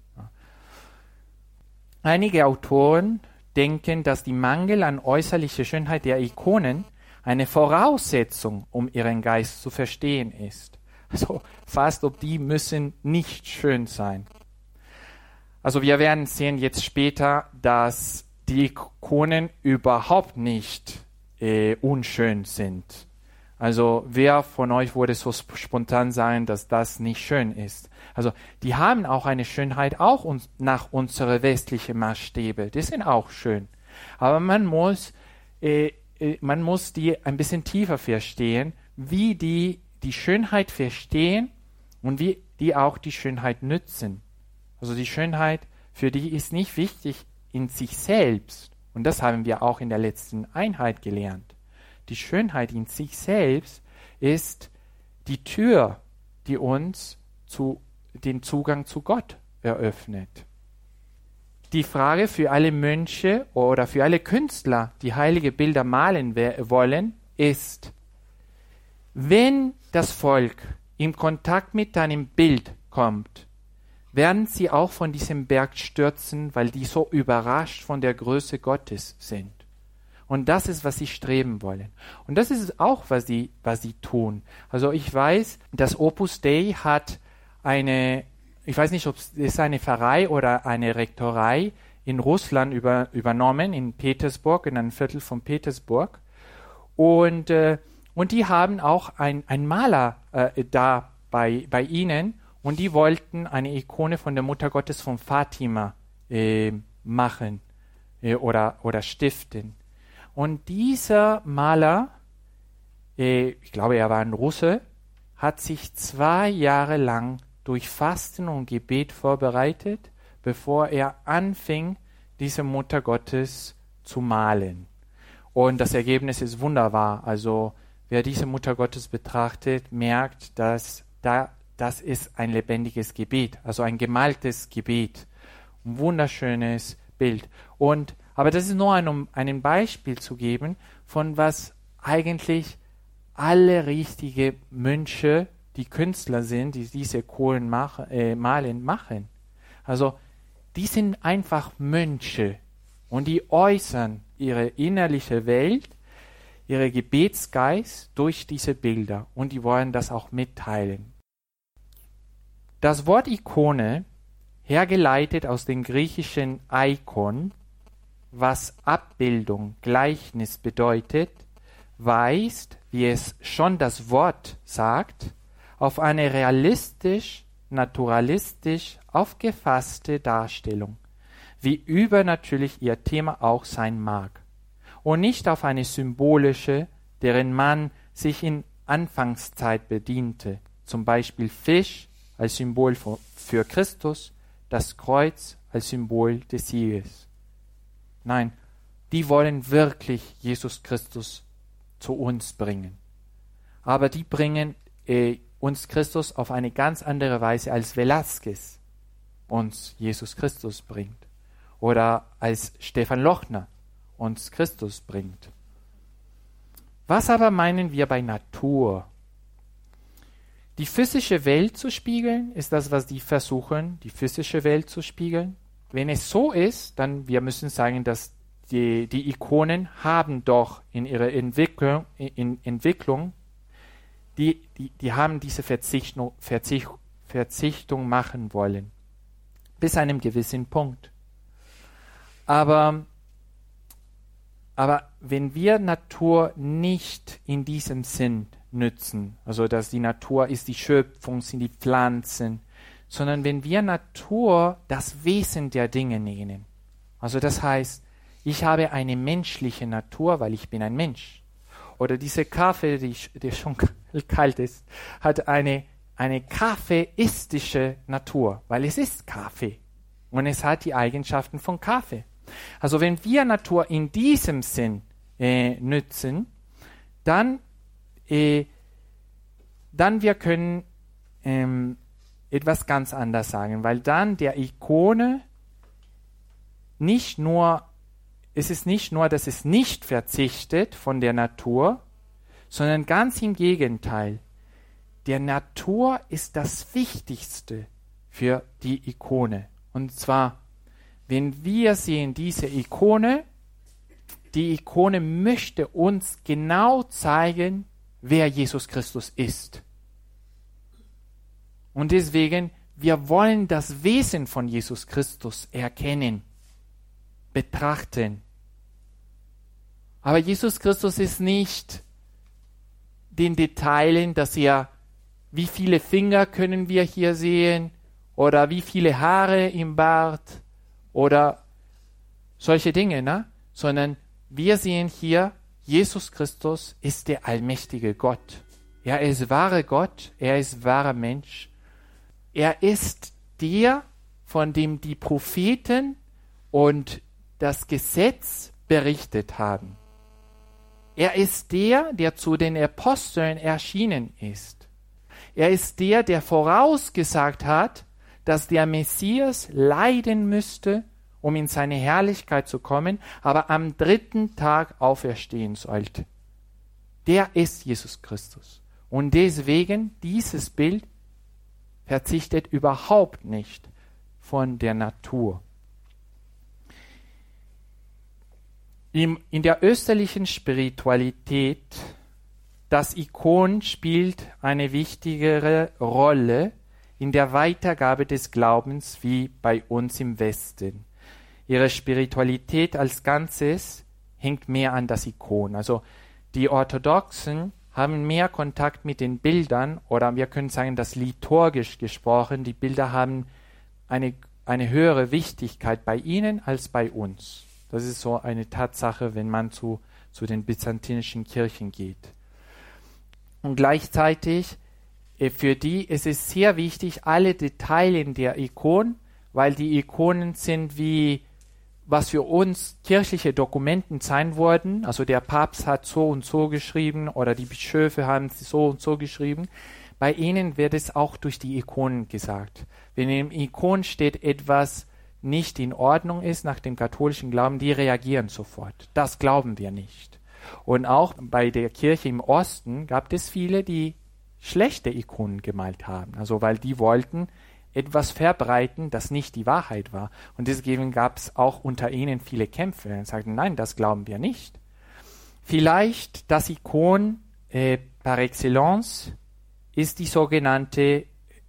Einige Autoren denken, dass die Mangel an äußerlicher Schönheit der Ikonen eine Voraussetzung, um ihren Geist zu verstehen ist. Also fast, ob die müssen nicht schön sein. Also wir werden sehen jetzt später, dass die Ikonen überhaupt nicht äh, unschön sind. Also wer von euch würde so sp- spontan sagen, dass das nicht schön ist? Also die haben auch eine Schönheit, auch uns, nach unseren westlichen Maßstäben. Die sind auch schön. Aber man muss, äh, äh, man muss die ein bisschen tiefer verstehen, wie die die Schönheit verstehen und wie die auch die Schönheit nützen. Also die Schönheit, für die ist nicht wichtig in sich selbst. Und das haben wir auch in der letzten Einheit gelernt. Die Schönheit in sich selbst ist die Tür, die uns zu, den Zugang zu Gott eröffnet. Die Frage für alle Mönche oder für alle Künstler, die heilige Bilder malen wollen, ist, wenn das Volk in Kontakt mit deinem Bild kommt, werden sie auch von diesem Berg stürzen, weil die so überrascht von der Größe Gottes sind. Und das ist, was sie streben wollen. Und das ist auch, was sie, was sie tun. Also ich weiß, das Opus Dei hat eine, ich weiß nicht, ob es eine Pfarrei oder eine Rektorei in Russland über, übernommen, in Petersburg, in einem Viertel von Petersburg. Und, äh, und die haben auch ein, ein Maler äh, da bei, bei ihnen. Und die wollten eine Ikone von der Mutter Gottes von Fatima äh, machen äh, oder, oder stiften. Und dieser Maler, äh, ich glaube, er war ein Russe, hat sich zwei Jahre lang durch Fasten und Gebet vorbereitet, bevor er anfing, diese Mutter Gottes zu malen. Und das Ergebnis ist wunderbar. Also wer diese Mutter Gottes betrachtet, merkt, dass da das ist ein lebendiges Gebet, also ein gemaltes Gebet. Ein wunderschönes Bild. Und, aber das ist nur ein, um ein Beispiel zu geben, von was eigentlich alle richtige Mönche, die Künstler sind, die diese Kohlen mach, äh, malen, machen. Also die sind einfach Mönche und die äußern ihre innerliche Welt, ihre Gebetsgeist durch diese Bilder und die wollen das auch mitteilen. Das Wort Ikone, hergeleitet aus dem griechischen Eikon, was Abbildung, Gleichnis bedeutet, weist, wie es schon das Wort sagt, auf eine realistisch, naturalistisch aufgefasste Darstellung, wie übernatürlich ihr Thema auch sein mag, und nicht auf eine symbolische, deren man sich in Anfangszeit bediente, zum Beispiel Fisch als Symbol für Christus, das Kreuz als Symbol des Sieges. Nein, die wollen wirklich Jesus Christus zu uns bringen. Aber die bringen äh, uns Christus auf eine ganz andere Weise, als Velázquez uns Jesus Christus bringt. Oder als Stefan Lochner uns Christus bringt. Was aber meinen wir bei Natur? Die physische Welt zu spiegeln, ist das, was die versuchen, die physische Welt zu spiegeln. Wenn es so ist, dann wir müssen sagen, dass die, die Ikonen haben doch in ihrer Entwicklung, in Entwicklung die, die, die haben diese Verzichtung, Verzicht, Verzichtung machen wollen. Bis einem gewissen Punkt. Aber, aber wenn wir Natur nicht in diesem Sinn nützen, also dass die Natur ist die Schöpfung, sind die Pflanzen, sondern wenn wir Natur das Wesen der Dinge nehmen, Also das heißt, ich habe eine menschliche Natur, weil ich bin ein Mensch. Oder dieser Kaffee, die, der schon kalt ist, hat eine, eine kaffeeistische Natur, weil es ist Kaffee. Und es hat die Eigenschaften von Kaffee. Also wenn wir Natur in diesem Sinn äh, nützen, dann, äh, dann wir können ähm, etwas ganz anderes sagen, weil dann der Ikone nicht nur, es ist nicht nur, dass es nicht verzichtet von der Natur, sondern ganz im Gegenteil. Der Natur ist das Wichtigste für die Ikone. Und zwar, wenn wir sehen diese Ikone, die Ikone möchte uns genau zeigen, wer Jesus Christus ist. Und deswegen, wir wollen das Wesen von Jesus Christus erkennen, betrachten. Aber Jesus Christus ist nicht den Detailen, dass er, wie viele Finger können wir hier sehen, oder wie viele Haare im Bart, oder solche Dinge, ne? Sondern wir sehen hier, Jesus Christus ist der allmächtige Gott. Er ist wahrer Gott, er ist wahrer Mensch. Er ist der, von dem die Propheten und das Gesetz berichtet haben. Er ist der, der zu den Aposteln erschienen ist. Er ist der, der vorausgesagt hat, dass der Messias leiden müsste, um in seine Herrlichkeit zu kommen, aber am dritten Tag auferstehen sollte. Der ist Jesus Christus. Und deswegen, dieses Bild verzichtet überhaupt nicht von der Natur. In, in der österlichen Spiritualität, das Ikon spielt eine wichtigere Rolle in der Weitergabe des Glaubens wie bei uns im Westen. Ihre Spiritualität als Ganzes hängt mehr an das Ikon. Also die Orthodoxen haben mehr Kontakt mit den Bildern, oder wir können sagen, dass liturgisch gesprochen, die Bilder haben eine, eine höhere Wichtigkeit bei ihnen als bei uns. Das ist so eine Tatsache, wenn man zu, zu den byzantinischen Kirchen geht. Und gleichzeitig, äh, für die ist es sehr wichtig, alle Details in der Ikon, weil die Ikonen sind wie, was für uns kirchliche Dokumenten sein wurden. Also der Papst hat so und so geschrieben oder die Bischöfe haben so und so geschrieben. Bei ihnen wird es auch durch die Ikonen gesagt. Wenn im Ikon steht etwas nicht in Ordnung ist nach dem katholischen Glauben, die reagieren sofort. Das glauben wir nicht. Und auch bei der Kirche im Osten gab es viele, die schlechte Ikonen gemalt haben. Also weil die wollten etwas verbreiten, das nicht die Wahrheit war. Und deswegen gab es auch unter ihnen viele Kämpfe. Und sagten, nein, das glauben wir nicht. Vielleicht das Ikon äh, par excellence ist die sogenannte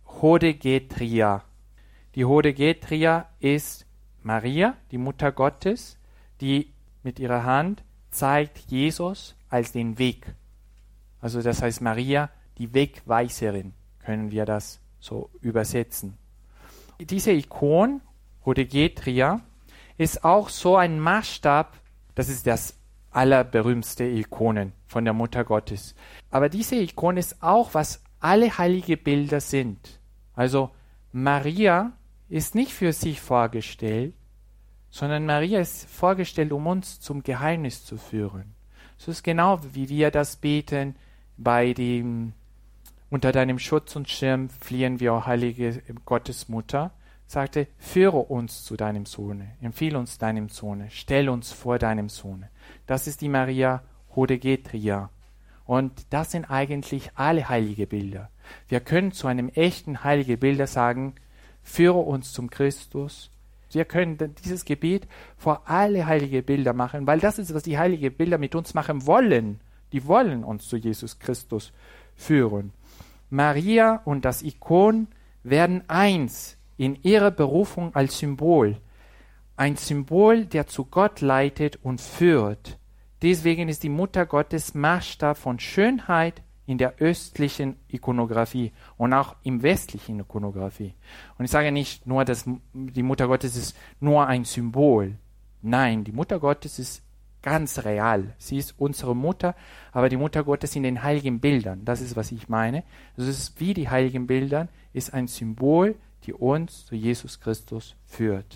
Hodegetria. Die Hodegetria ist Maria, die Mutter Gottes, die mit ihrer Hand zeigt Jesus als den Weg. Also das heißt Maria, die Wegweiserin, können wir das so übersetzen. Diese Ikon, Hodegetria, ist auch so ein Maßstab, das ist das allerberühmteste Ikonen von der Mutter Gottes. Aber diese Ikon ist auch, was alle heilige Bilder sind. Also Maria ist nicht für sich vorgestellt, sondern Maria ist vorgestellt, um uns zum Geheimnis zu führen. Es ist genau, wie wir das beten bei dem Unter deinem Schutz und Schirm fliehen wir, o heilige Gottesmutter, sagte, führe uns zu deinem Sohne, empfehle uns deinem Sohne, stell uns vor deinem Sohne. Das ist die Maria Hodegetria. Und das sind eigentlich alle heilige Bilder. Wir können zu einem echten heiligen Bilder sagen, führe uns zum Christus. Wir können dieses Gebet vor alle heilige Bilder machen, weil das ist, was die heiligen Bilder mit uns machen wollen. Die wollen uns zu Jesus Christus führen. Maria und das Ikon werden eins in ihrer Berufung als Symbol. Ein Symbol, der zu Gott leitet und führt. Deswegen ist die Mutter Gottes Maßstab von Schönheit in der östlichen Ikonographie und auch im westlichen Ikonographie. Und ich sage nicht nur, dass die Mutter Gottes ist nur ein Symbol, Nein, die Mutter Gottes ist ganz real. Sie ist unsere Mutter, aber die Mutter Gottes in den heiligen Bildern. Das ist, was ich meine. Das ist wie die heiligen Bilder, ist ein Symbol, die uns zu Jesus Christus führt.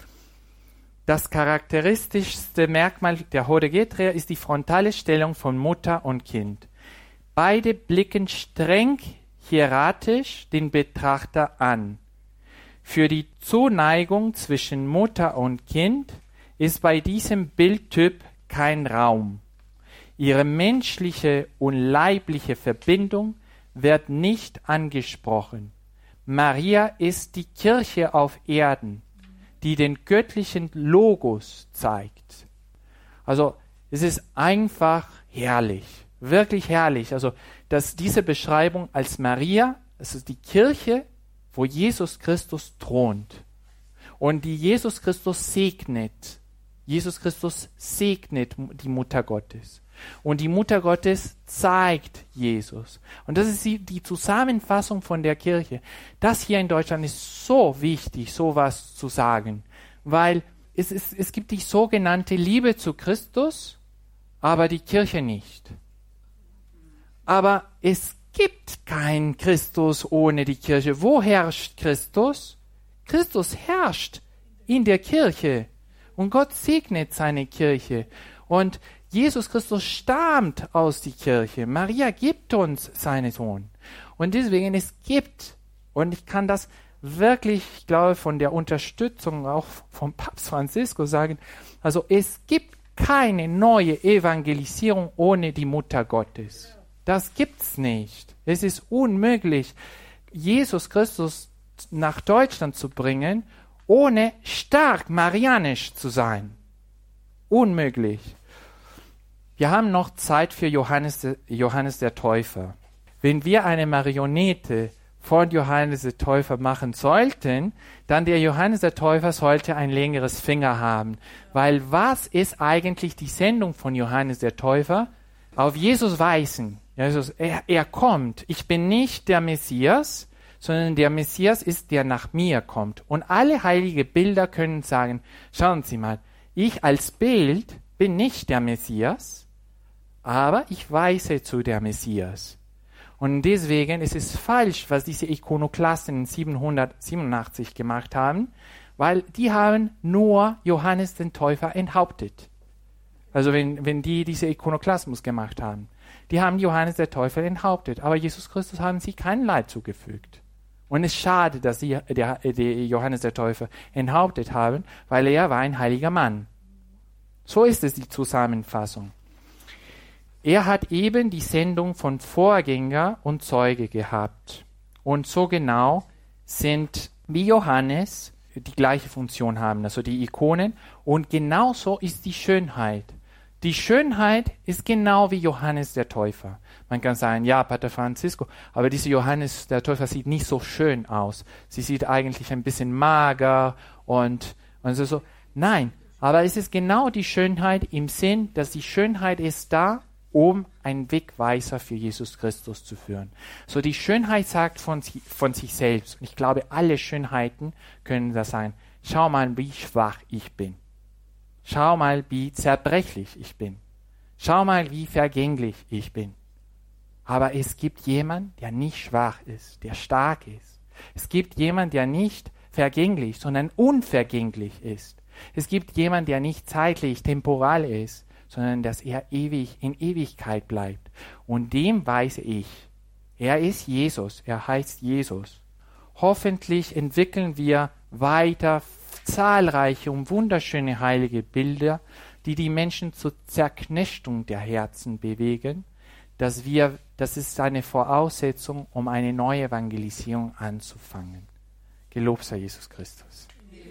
Das charakteristischste Merkmal der Hodegetria ist die frontale Stellung von Mutter und Kind. Beide blicken streng hieratisch den Betrachter an. Für die Zuneigung zwischen Mutter und Kind ist bei diesem Bildtyp kein Raum. Ihre menschliche und leibliche Verbindung wird nicht angesprochen. Maria ist die Kirche auf Erden, die den göttlichen Logos zeigt. Also es ist einfach herrlich, wirklich herrlich. Also dass diese Beschreibung als Maria, es ist die Kirche, wo Jesus Christus thront und die Jesus Christus segnet. Jesus Christus segnet die Mutter Gottes. Und die Mutter Gottes zeigt Jesus. Und das ist die, die Zusammenfassung von der Kirche. Das hier in Deutschland ist so wichtig, sowas zu sagen. Weil es, ist, es gibt die sogenannte Liebe zu Christus, aber die Kirche nicht. Aber es gibt keinen Christus ohne die Kirche. Wo herrscht Christus? Christus herrscht in der Kirche. Und Gott segnet seine Kirche. Und Jesus Christus stammt aus der Kirche. Maria gibt uns seinen Sohn. Und deswegen, es gibt, und ich kann das wirklich, ich glaube, von der Unterstützung auch vom Papst Franziskus sagen, also es gibt keine neue Evangelisierung ohne die Mutter Gottes. Das gibt's nicht. Es ist unmöglich, Jesus Christus nach Deutschland zu bringen, ohne stark marianisch zu sein. Unmöglich. Wir haben noch Zeit für Johannes, Johannes der Täufer. Wenn wir eine Marionette von Johannes der Täufer machen sollten, dann der Johannes der Täufer sollte ein längeres Finger haben. Weil was ist eigentlich die Sendung von Johannes der Täufer? Auf Jesus weisen. Jesus, er, er kommt. Ich bin nicht der Messias, sondern der Messias ist, der nach mir kommt. Und alle heiligen Bilder können sagen, schauen Sie mal, ich als Bild bin nicht der Messias, aber ich weise zu der Messias. Und deswegen ist es falsch, was diese Ikonoklasten in siebenhundertsiebenundachtzig gemacht haben, weil die haben nur Johannes den Täufer enthauptet. Also wenn, wenn die diese Ikonoklasmus gemacht haben. Die haben Johannes der Täufer enthauptet, aber Jesus Christus haben sie kein Leid zugefügt. Und es ist schade, dass sie der, der Johannes der Täufer enthauptet haben, weil er war ein heiliger Mann. So ist es die Zusammenfassung. Er hat eben die Sendung von Vorgänger und Zeuge gehabt. Und so genau sind wie Johannes die gleiche Funktion haben, also die Ikonen. Und genauso ist die Schönheit. Die Schönheit ist genau wie Johannes der Täufer. Man kann sagen, ja, Pater Franzisco, aber diese Johannes der Täufer sieht nicht so schön aus. Sie sieht eigentlich ein bisschen mager und, und so, so. Nein, aber es ist genau die Schönheit im Sinn, dass die Schönheit ist da, um einen Wegweiser für Jesus Christus zu führen. So die Schönheit sagt von, von sich selbst. Und ich glaube, alle Schönheiten können das sein. Schau mal, wie schwach ich bin. Schau mal, wie zerbrechlich ich bin. Schau mal, wie vergänglich ich bin. Aber es gibt jemanden, der nicht schwach ist, der stark ist. Es gibt jemanden, der nicht vergänglich, sondern unvergänglich ist. Es gibt jemanden, der nicht zeitlich, temporal ist, sondern dass er ewig in Ewigkeit bleibt. Und dem weise ich. Er ist Jesus, er heißt Jesus. Hoffentlich entwickeln wir weiter zahlreiche und wunderschöne heilige Bilder, die die Menschen zur Zerknechtung der Herzen bewegen, dass wir, das ist eine Voraussetzung, um eine neue Evangelisierung anzufangen. Gelobt sei Jesus Christus.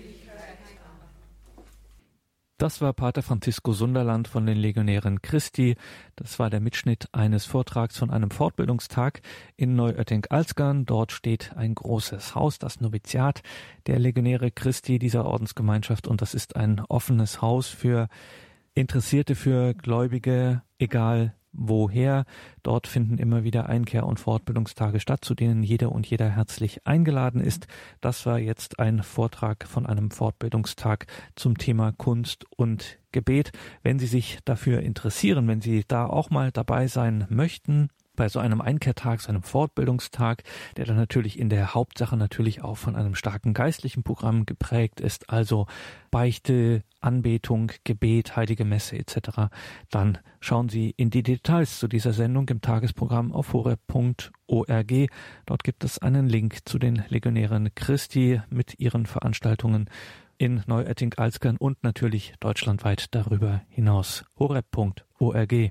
Das war Pater Francisco Sunderland von den Legionären Christi. Das war der Mitschnitt eines Vortrags von einem Fortbildungstag in Neuötting-Alzgern. Dort steht ein großes Haus, das Noviziat der Legionäre Christi, dieser Ordensgemeinschaft. Und das ist ein offenes Haus für Interessierte, für Gläubige, egal woher. Dort finden immer wieder Einkehr- und Fortbildungstage statt, zu denen jeder und jeder herzlich eingeladen ist. Das war jetzt ein Vortrag von einem Fortbildungstag zum Thema Kunst und Gebet. Wenn Sie sich dafür interessieren, wenn Sie da auch mal dabei sein möchten, bei so einem Einkehrtag, so einem Fortbildungstag, der dann natürlich in der Hauptsache natürlich auch von einem starken geistlichen Programm geprägt ist, also Beichte, Anbetung, Gebet, Heilige Messe et cetera, dann schauen Sie in die Details zu dieser Sendung im Tagesprogramm auf horeb punkt org. Dort gibt es einen Link zu den Legionären Christi mit ihren Veranstaltungen in Neuötting-Alzgern und natürlich deutschlandweit darüber hinaus. horeb punkt org.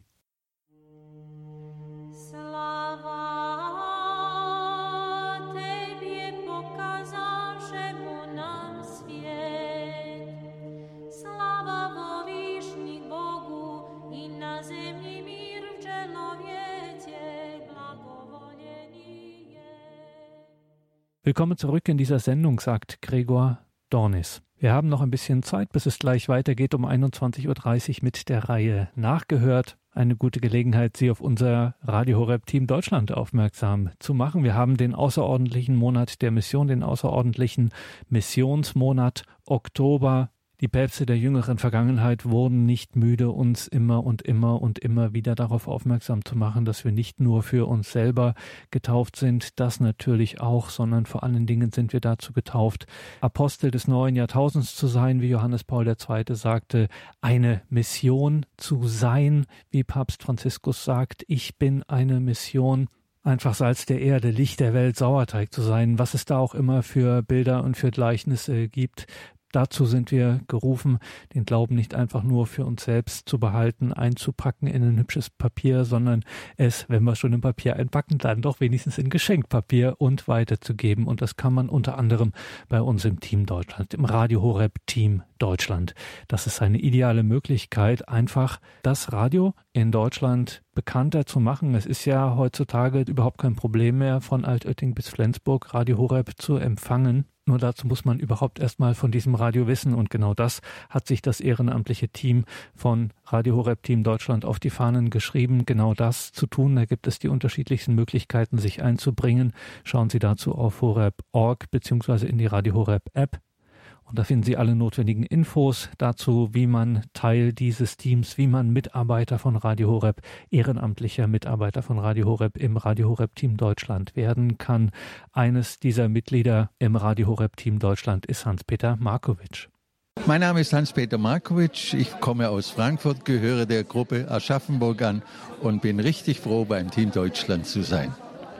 Willkommen zurück in dieser Sendung, sagt Gregor Dornis. Wir haben noch ein bisschen Zeit, bis es gleich weitergeht um einundzwanzig Uhr dreißig mit der Reihe Nachgehört. Eine gute Gelegenheit, Sie auf unser Radio Horeb Team Deutschland aufmerksam zu machen. Wir haben den außerordentlichen Monat der Mission, den außerordentlichen Missionsmonat Oktober. Die Päpste der jüngeren Vergangenheit wurden nicht müde, uns immer und immer und immer wieder darauf aufmerksam zu machen, dass wir nicht nur für uns selber getauft sind, das natürlich auch, sondern vor allen Dingen sind wir dazu getauft, Apostel des neuen Jahrtausends zu sein, wie Johannes Paul der Zweite sagte, eine Mission zu sein, wie Papst Franziskus sagt, ich bin eine Mission. Einfach Salz der Erde, Licht der Welt, Sauerteig zu sein, was es da auch immer für Bilder und für Gleichnisse gibt. Dazu sind wir gerufen, den Glauben nicht einfach nur für uns selbst zu behalten, einzupacken in ein hübsches Papier, sondern es, wenn wir schon im Papier einpacken, dann doch wenigstens in Geschenkpapier und weiterzugeben. Und das kann man unter anderem bei uns im Team Deutschland, im Radio Horeb Team Deutschland. Das ist eine ideale Möglichkeit, einfach das Radio in Deutschland bekannter zu machen. Es ist ja heutzutage überhaupt kein Problem mehr, von Altötting bis Flensburg Radio Horeb zu empfangen. Nur dazu muss man überhaupt erstmal von diesem Radio wissen. Und genau das hat sich das ehrenamtliche Team von Radio Horeb Team Deutschland auf die Fahnen geschrieben, genau das zu tun. Da gibt es die unterschiedlichsten Möglichkeiten, sich einzubringen. Schauen Sie dazu auf horeb punkt org beziehungsweise in die Radio Horeb App. Und da finden Sie alle notwendigen Infos dazu, wie man Teil dieses Teams, wie man Mitarbeiter von Radio Horeb, ehrenamtlicher Mitarbeiter von Radio Horeb im Radio Horeb Team Deutschland werden kann. Eines dieser Mitglieder im Radio Horeb Team Deutschland ist Hans-Peter Markowitsch. Mein Name ist Hans-Peter Markowitsch, ich komme aus Frankfurt, gehöre der Gruppe Aschaffenburg an und bin richtig froh, beim Team Deutschland zu sein.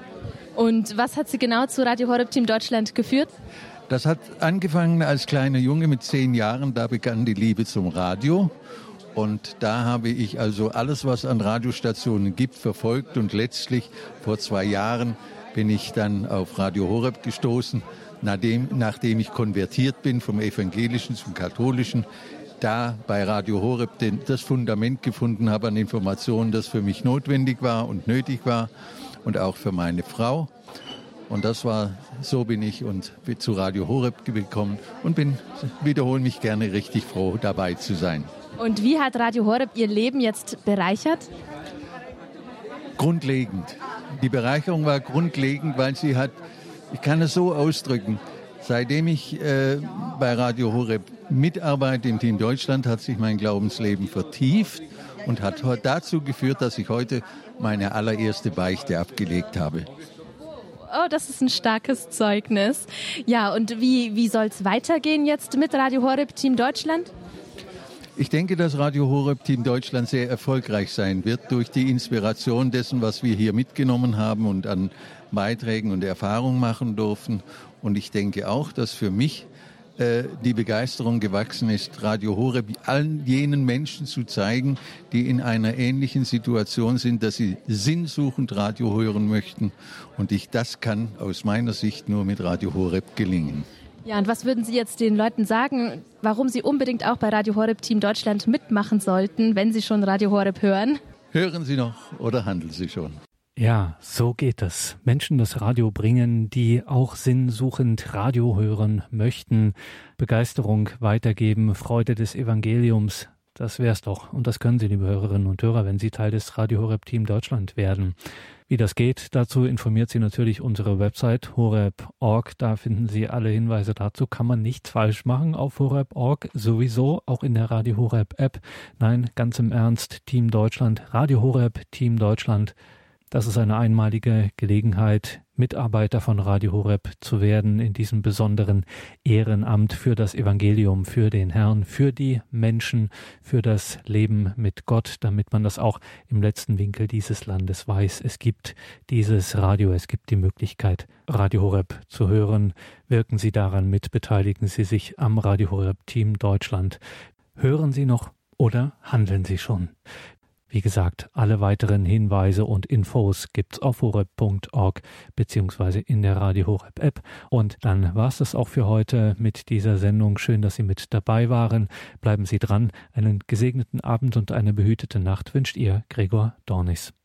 Und was hat Sie genau zu Radio Horeb Team Deutschland geführt? Das hat angefangen als kleiner Junge mit zehn Jahren, da begann die Liebe zum Radio. Und da habe ich also alles, was an Radiostationen gibt, verfolgt. Und letztlich vor zwei Jahren bin ich dann auf Radio Horeb gestoßen, nachdem, nachdem ich konvertiert bin vom Evangelischen zum Katholischen, da bei Radio Horeb den, das Fundament gefunden habe an Informationen, das für mich notwendig war und nötig war und auch für meine Frau. Und das war, so bin ich und bin zu Radio Horeb gekommen und bin, wiederhole mich gerne, richtig froh, dabei zu sein. Und wie hat Radio Horeb Ihr Leben jetzt bereichert? Grundlegend. Die Bereicherung war grundlegend, weil sie hat, ich kann es so ausdrücken, seitdem ich äh, bei Radio Horeb mitarbeite im Team Deutschland, hat sich mein Glaubensleben vertieft und hat dazu geführt, dass ich heute meine allererste Beichte abgelegt habe. Oh, das ist ein starkes Zeugnis. Ja, und wie, wie soll es weitergehen jetzt mit Radio Horeb Team Deutschland? Ich denke, dass Radio Horeb Team Deutschland sehr erfolgreich sein wird durch die Inspiration dessen, was wir hier mitgenommen haben und an Beiträgen und Erfahrungen machen durften. Und ich denke auch, dass für mich äh, die Begeisterung gewachsen ist, Radio Horeb allen jenen Menschen zu zeigen, die in einer ähnlichen Situation sind, dass sie sinnsuchend Radio hören möchten. Und ich, das kann aus meiner Sicht nur mit Radio Horeb gelingen. Ja, und was würden Sie jetzt den Leuten sagen, warum sie unbedingt auch bei Radio Horeb Team Deutschland mitmachen sollten, wenn sie schon Radio Horeb hören? Hören Sie noch oder handeln Sie schon? Ja, so geht es. Menschen das Radio bringen, die auch sinnsuchend Radio hören möchten, Begeisterung weitergeben, Freude des Evangeliums Das wär's doch. Und das können Sie, liebe Hörerinnen und Hörer, wenn Sie Teil des Radio Horeb Team Deutschland werden. Wie das geht, dazu informiert Sie natürlich unsere Website horeb punkt org. Da finden Sie alle Hinweise dazu. Kann man nichts falsch machen auf horeb punkt org. Sowieso, auch in der Radio Horeb App. Nein, ganz im Ernst, Team Deutschland, Radio Horeb Team Deutschland. Das ist eine einmalige Gelegenheit, Mitarbeiter von Radio Horeb zu werden in diesem besonderen Ehrenamt für das Evangelium, für den Herrn, für die Menschen, für das Leben mit Gott, damit man das auch im letzten Winkel dieses Landes weiß. Es gibt dieses Radio, es gibt die Möglichkeit, Radio Horeb zu hören. Wirken Sie daran mit, beteiligen Sie sich am Radio Horeb Team Deutschland. Hören Sie noch oder handeln Sie schon? Wie gesagt, alle weiteren Hinweise und Infos gibt's auf horeb punkt org beziehungsweise in der Radio Horeb App. Und dann war's das auch für heute mit dieser Sendung. Schön, dass Sie mit dabei waren. Bleiben Sie dran. Einen gesegneten Abend und eine behütete Nacht wünscht Ihr Gregor Dornis.